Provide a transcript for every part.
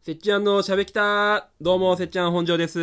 せっちゃんのしゃべきた。どうも、せっちゃん本庄です。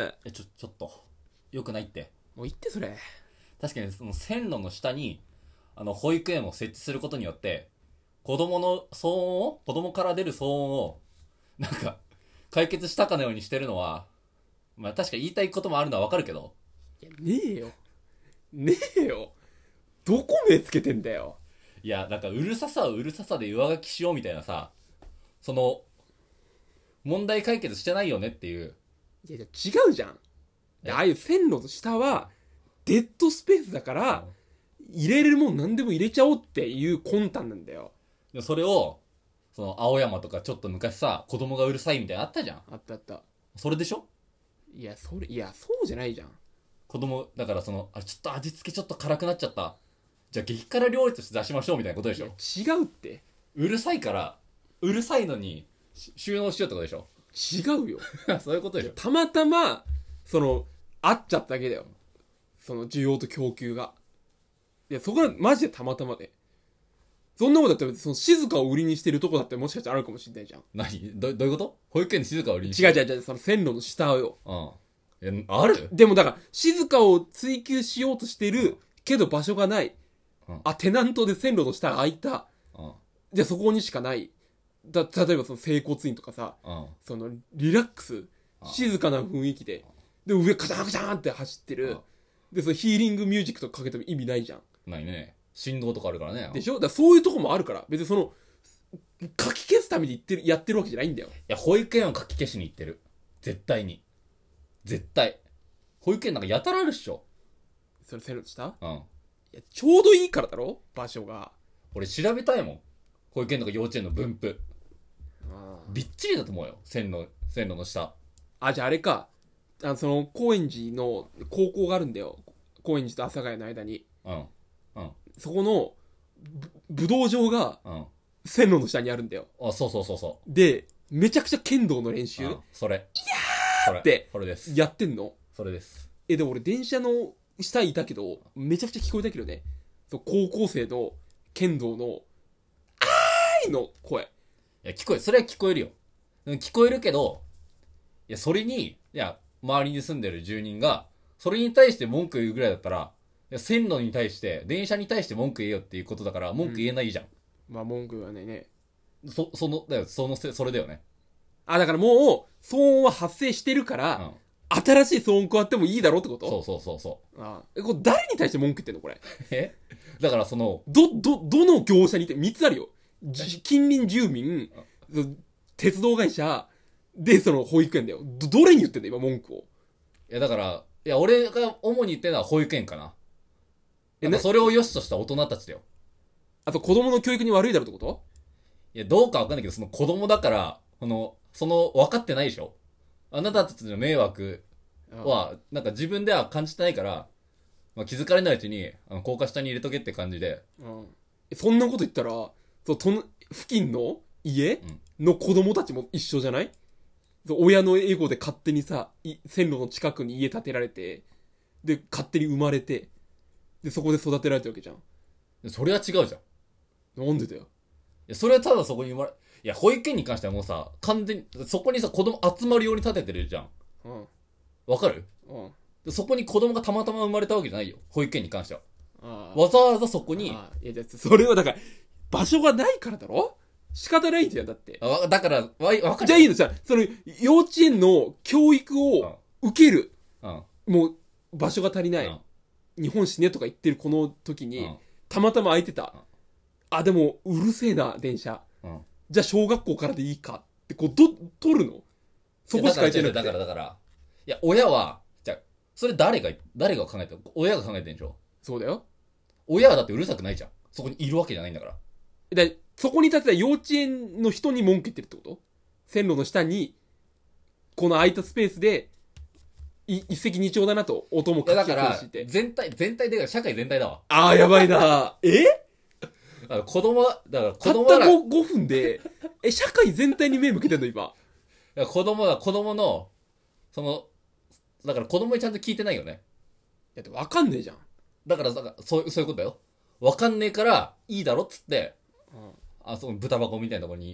ちょっとよくないって。 もう言ってそれ。 確かにその線路の下に保育園を設置することによって子供の騒音を、子供から出る騒音をなんか解決したかのようにしてるのは、まあ確かに言いたいこともあるのはわかるけど、 いや、ねえよ。ねえよ。どこ目つけてんだよ。 いやなんかうるささをうるささで上書きしようみたいなさ、その問題解決してないよねっていう。 いや、違うじゃん。ああいう線路の下はデッドスペースだから、入れれるもん何でも入れちゃおうっていう魂胆なんだよ。 でそれをその青山とかちょっと昔さ、子供がうるさいみたいなのあったじゃん。 あったあった。 それでしょ。 いや、そうじゃないじゃん。 子供だからちょっと味付けちょっと辛くなっちゃった、じゃあ激辛料理として出しましょうみたいなことでしょ。 いや、違うって。 うるさいからうるさいのに収納しようってことでしょ。 違うよ。 そういうことでしょ。 たまたま、合っちゃっただけだよ。その需要と供給が。いや、そこはマジでたまたまで。そんなことだって、その静かを売りにしてるとこだってもしかしたらあるかもしれないじゃん。 どういうこと。保育園で静かを売りにして。 違う、その線路の下よ。 ある。 でもだから、静かを追求しようとしてるけど場所がない。テナントで線路の下が空いた。じゃあそこにしかない。例えばその整骨院とかさ、そのリラックス、静かな雰囲気で、で上カチャンカチャンって走ってる。でそのヒーリングミュージックとかかけても意味ないじゃん。 ないね。振動とかあるからね。 でしょ。だからそういうとこもあるから、別にその書き消すためにやってるわけじゃないんだよ。 いや保育園を書き消しに行ってる。絶対に。絶対。保育園なんかやたらあるっしょ。 それ線路の下？ うん。 いや、ちょうどいいからだろ場所が。 俺調べたいもん。保育園とか幼稚園の分布。びっちりだと思うよ。線路の下。 じゃああれか。その高円寺の高校があるんだよ。高円寺と阿佐ヶ谷の間に。そこの武道場が線路の下にあるんだよ。 そう。 で、めちゃくちゃ剣道の練習、 それ。 いやーってそれです。 やってんの。 それです。 でも俺電車の下にいたけど、めちゃくちゃ聞こえたけどね。そう高校生の剣道のあーいの声。 いやそれは聞こえるよ。聞こえるけど、いやそれに、いや周りに住んでる住人がそれに対して文句言うぐらいだったら、いや線路に対して電車に対して文句言えよっていうことだから文句言えないじゃん。 まあ文句はね。 それだよね。 だからもう騒音は発生してるから、新しい騒音加わってもいいだろってこと？ そう。 これ誰に対して文句言ってんのこれ？ だからどの業者に3つあるよ。近隣住民、鉄道会社、で、その保育園だよ。どれに言ってんだ今文句を。 いやだから、いや俺が主に言ってるのは保育園かな。それを良しとした大人たちだよ。 あと子供の教育に悪いだろってこと？ いやどうかわかんないけど、その子供だから、その分かってないでしょ。あなたたちの迷惑はなんか自分では感じてないから、まあ、気づかれないうちに高架下に入れとけって感じで。 そんなこと言ったら付近の家の子供たちも一緒じゃない？親のエゴで勝手にさ線路の近くに家建てられて、で勝手に生まれて、でそこで育てられてるわけじゃん。 それは違うじゃん。 なんでだよ。 いやそれはただそこに生まれ、いや保育園に関してはもうさ、完全にそこにさ子供集まるように建ててるじゃん。わかる？そこに子供がたまたま生まれたわけじゃないよ、保育園に関しては。わざわざそこに。 いやそれはだから場所がないからだろ。仕方ないじゃんだって。 だからわかる。 じゃあいいのさ、その幼稚園の教育を受ける、もう場所が足りない、日本死ねとか言ってるこの時に、たまたま空いてた、でもうるせえな電車、じゃあ小学校からでいいかってこう取るの？そこしか空いてなくて。 だからいや親はじゃあそれ誰が考えてる？親が考えてるんでしょ。 そうだよ。 親はだってうるさくないじゃん。そこにいるわけじゃないんだから。 でそこに立てた幼稚園の人に文句言ってるってこと？線路の下にこの空いたスペースで一石二鳥だなと、音もかき消して。全体で社会全体だわ。やばいな。 子供はたった5分で社会全体に目向けてんの今。 子供のだから子供にちゃんと聞いてないよね。 だって分かんねえじゃん。 だからそういうことだよ。分かんねえからいいだろっつって、その豚箱みたいなところに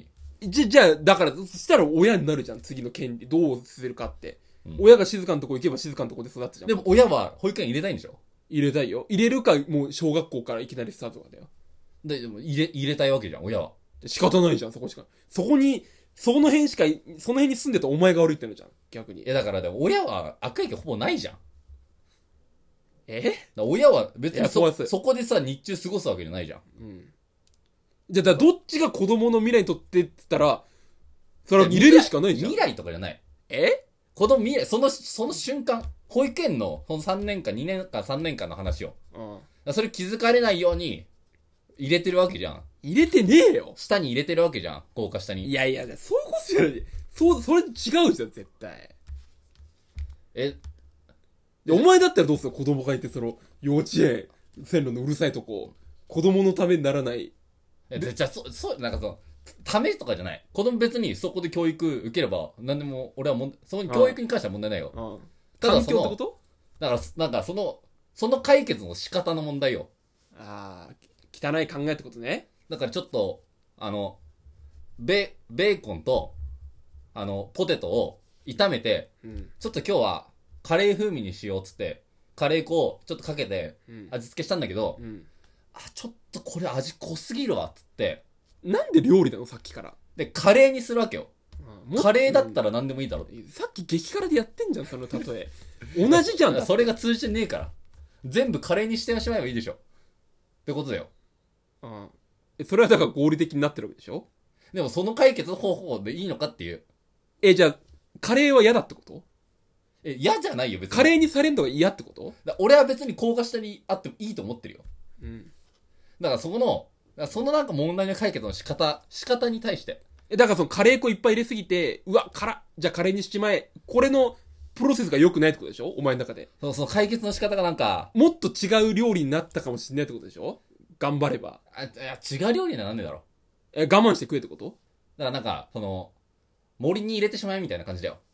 じゃあ、だから、そしたら親になるじゃん、次の権利。どうするかって。 うん、 親が静かなとこ行けば静かなとこで育つじゃん。 でも親は保育園入れたいんでしょ？ 入れたいよ。入れるか、もう小学校からいきなりスタートかだよ。 でも入れたいわけじゃん、親は。 仕方ないじゃん、そこしか。そこに、その辺しか、その辺に住んでたお前が悪いってのじゃん、逆に。 だから、でも親は悪影響ほぼないじゃん。 え親は別にそこでさ、日中過ごすわけじゃないじゃん。 うん。じゃあ、どっちが子供の未来にとってって言ったら、それは入れるしかないじゃん。 未来とかじゃない。子供未来、その瞬間、保育園の、その3年間、2年間、3年間の話を。 うん。 それ気づかれないように、入れてるわけじゃん。 入れてねえよ。 下に入れてるわけじゃん。高架下に。 いや、そういうことじゃない。それ違うじゃん、絶対。お前だったらどうする？子供がいて、幼稚園、線路のうるさいとこ、子供のためにならない。 じゃあ、なんかためとかじゃない。子供別にそこで教育受ければ、なんでも、俺はその教育に関しては問題ないよ。 ただ環境ってこと？ だから、なんかその解決の仕方の問題よ。 汚い考えってことね。 だからちょっと、ベーコンと、ポテトを炒めて、ちょっと今日はカレー風味にしようっつって、カレー粉をちょっとかけて味付けしたんだけど、ちょっとこれ味濃すぎるわっつって、 なんで料理なのさっきから。 で、カレーにするわけよ。カレーだったら何でもいいだろ。 さっき激辛でやってんじゃん、その例え。同じじゃん。 それが通じてねえから。全部カレーにしてしまえばいいでしょ。ってことだよ。 それはだから合理的になってるわけでしょ。 でもその解決方法でいいのかっていう。 じゃあ、カレーは嫌だってこと？ 嫌じゃないよ、別に。 カレーにされんのが嫌ってこと？ 俺は別に高架下にあってもいいと思ってるよ。だからそのなんか問題の解決の仕方に対して。 だからカレー粉いっぱい入れすぎて、うわ、じゃあカレーにしちまえ。これのプロセスが良くないってことでしょ？お前の中で。 その解決の仕方がなんか。 もっと違う料理になったかもしれないってことでしょ？頑張れば。 違う料理にはなんでだろう。我慢して食えってこと？ だからなんか、森に入れてしまえみたいな感じだよ。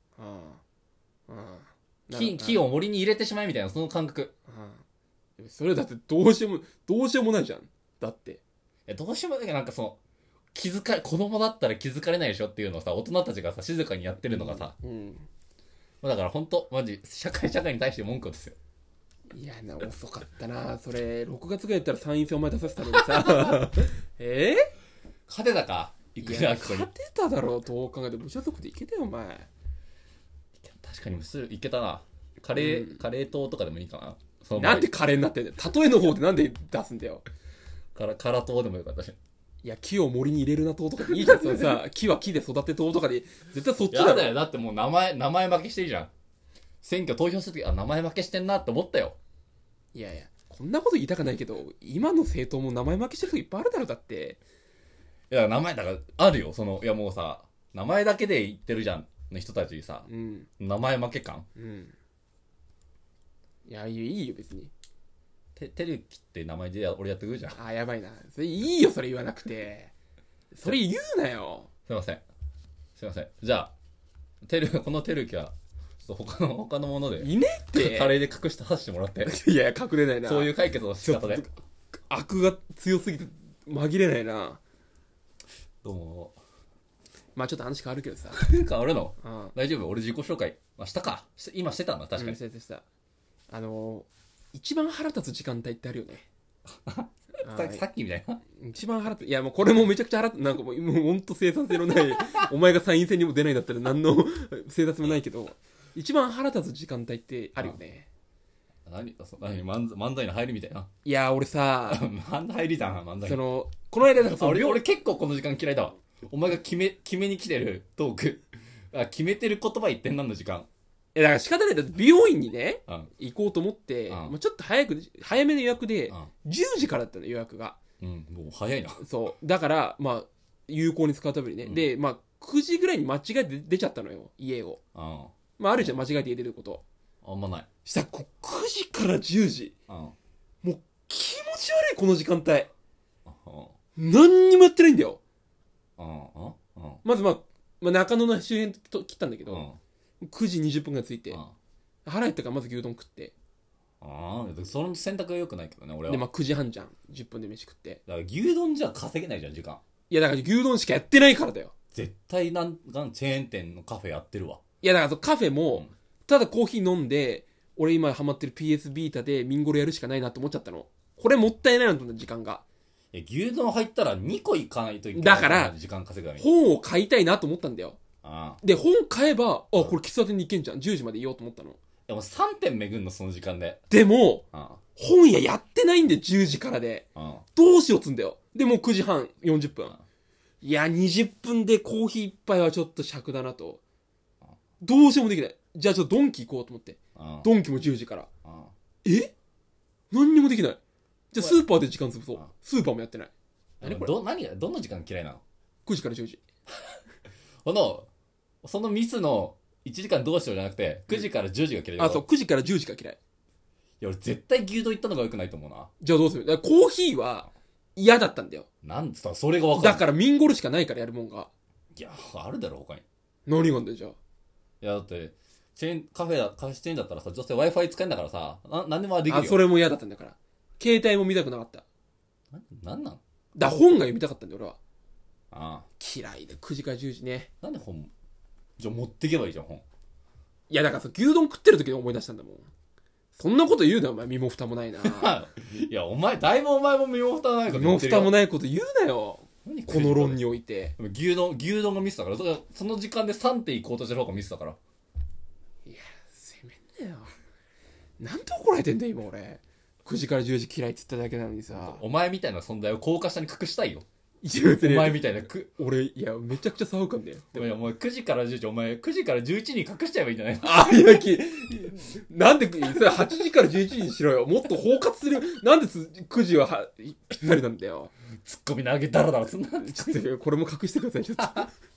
木を森に入れてしまえみたいな、その感覚。 それだってどうしようもないじゃん。だって。 どうしようもないけど、なんか子供だったら気づかれないでしょっていうのをさ、大人たちがさ、静かにやってるのがさ。だから本当マジ、社会に対して文句ですよ。 いや遅かったなそれ。6月ぐらいやったら参院選お前出させたのにさ。 勝てたか？ 勝てただろう。どう考えても無所属でいけたよお前。 確かにいけたな。カレー糖とかでもいいかな。 なんでカレーになってんだよ。例えの方でなんで出すんだよ。 辛糖でもよかったし。 いや、木を森に入れるな糖とかでいいじゃん。それさ、木は木で育て糖とかで、絶対そっちだろ。 やだよ。だってもう名前負けしてるじゃん。選挙投票するとき、名前負けしてんなって思ったよ。 いや、こんなこと言いたくないけど、今の政党も名前負けしてる人いっぱいあるだろ、だって。 いや、名前、だから、あるよ。いやもうさ、名前だけで言ってるじゃん。の人たちさ、名前負け感。 いや、いいよ、別に。 てるきって名前で俺やってくるじゃん。 やばいな。それいいよ、それ言わなくて。それ言うなよ。 すいません。じゃあ、このてるきは、ちょっと他のもので。 いねって。 カレーで隠して刺してもらって。 いや、隠れないな。 そういう解決の仕方で。 悪が強すぎて紛れないな。 どうも。 まあちょっと話変わるけどさ。 変わるの？大丈夫？俺自己紹介。したか。今してたんだ、確かに。 した。一番腹立つ時間帯ってあるよね。 さっきみたいな。 一番腹立つ。いや、もうこれもめちゃくちゃ腹立つ。なんかもうほんと生産性のない、お前が参院選にも出ないんだったら何の生産性もないけど、一番腹立つ時間帯ってあるよね。 漫才の入りみたいな。 いや、俺さ、 入りだな、漫才。 この間だから俺結構この時間嫌いだわ。お前が決めに来てるトーク。決めてる言葉言ってんなんの時間。 だから仕方ない。だって美容院にね、行こうと思って、もうちょっと早めの予約で、10時からだったの予約が。 もう早いな。 そう。だから、まあ、有効に使うためにね。で、まあ、9時ぐらいに間違えて出ちゃったのよ、家を。まあ、あるじゃん、間違えて入れること。 あんまない。 したら、9時から10時。もう、気持ち悪い、この時間帯。何にもやってないんだよ。まずまあ、中野の周辺と切ったんだけど、9時20分ぐらい着いて、腹減ったからまず牛丼食って。 その選択は良くないけどね、俺は。 で、まあ9時半じゃん。10分で飯食って。 だから牛丼じゃ稼げないじゃん、時間。 いやだから牛丼しかやってないからだよ。 絶対チェーン店のカフェやってるわ。 いやだからカフェも、ただコーヒー飲んで、俺今ハマってる PS ビータでミンゴロやるしかないなって思っちゃったの。これもったいないなと思った時間が。 いや、牛丼入ったら2個行かないといけない。 だから、 時間稼ぐために。 本を買いたいなと思ったんだよ。 ああ。 で、本買えば、これ喫茶店に行けんじゃん。10時までいようと思ったの。 でも3点巡んの、その時間で。 でも、 ああ本屋やってないんで、10時からで。 ああどうしようっつんだよ。で、もう9時半、40分。 ああいや、20分でコーヒー一杯はちょっと尺だなと。どうしようもできない。じゃあちょっとドンキ行こうと思って。 ああドンキも10時から。 ああ何にもできない。じゃあスーパーで時間潰そうあ。 スーパーもやってない。何これどの時間嫌いなの？ 9 時から10時。 そのミスの1時間どうしようじゃなくて、9時から10時が嫌いだ。 あ、そう、9時から10時が嫌い。 いや、俺絶対牛丼行ったのが良くないと思うな。 じゃあどうする？だからコーヒーは嫌だったんだよ。 なんつったらそれが分かる。 だからミンゴルしかないからやるもんが。 いや、あるだろ、他に。 何があんだよ、じゃあ。 いや、だって、カフェチェーンだったらさ、女性 Wi-Fi 使えんだからさ、なんでもできるよ。 あ、それも嫌だったんだから。携帯も見たくなかった。 なんなん本が読みたかったんだよ、俺は。 ああ。 嫌いで、9時から10時ね。 なんでじゃあ持ってけばいいじゃん、本。 いや、だからさ、牛丼食ってる時に思い出したんだもん。そんなこと言うなよ、お前。身も蓋もないな。 いや、だいぶお前も身も蓋ないこと身も蓋もないこと言うなよ。この論において。 牛丼がミスだから、その時間で3点行こうとしてる方がミスだから。 いや、せめんなよ。なんで怒られてんだよ、今俺。9時から10時嫌いって言っただけなのにさ。 お前みたいな存在を高架下に隠したいよ。 お前みたいな俺、いや、めちゃくちゃ騒ぐんだよ。 でもお前9時から10時、お前9時から11に隠しちゃえばいいんじゃないの？ あ、いや、なんで、それ8時から11時にしろよ。もっと包括する。なんで9時はぴったりなんだよ。 ツッコミ投げダラダラすんな。 ちょっと、これも隠してください、ちょっと。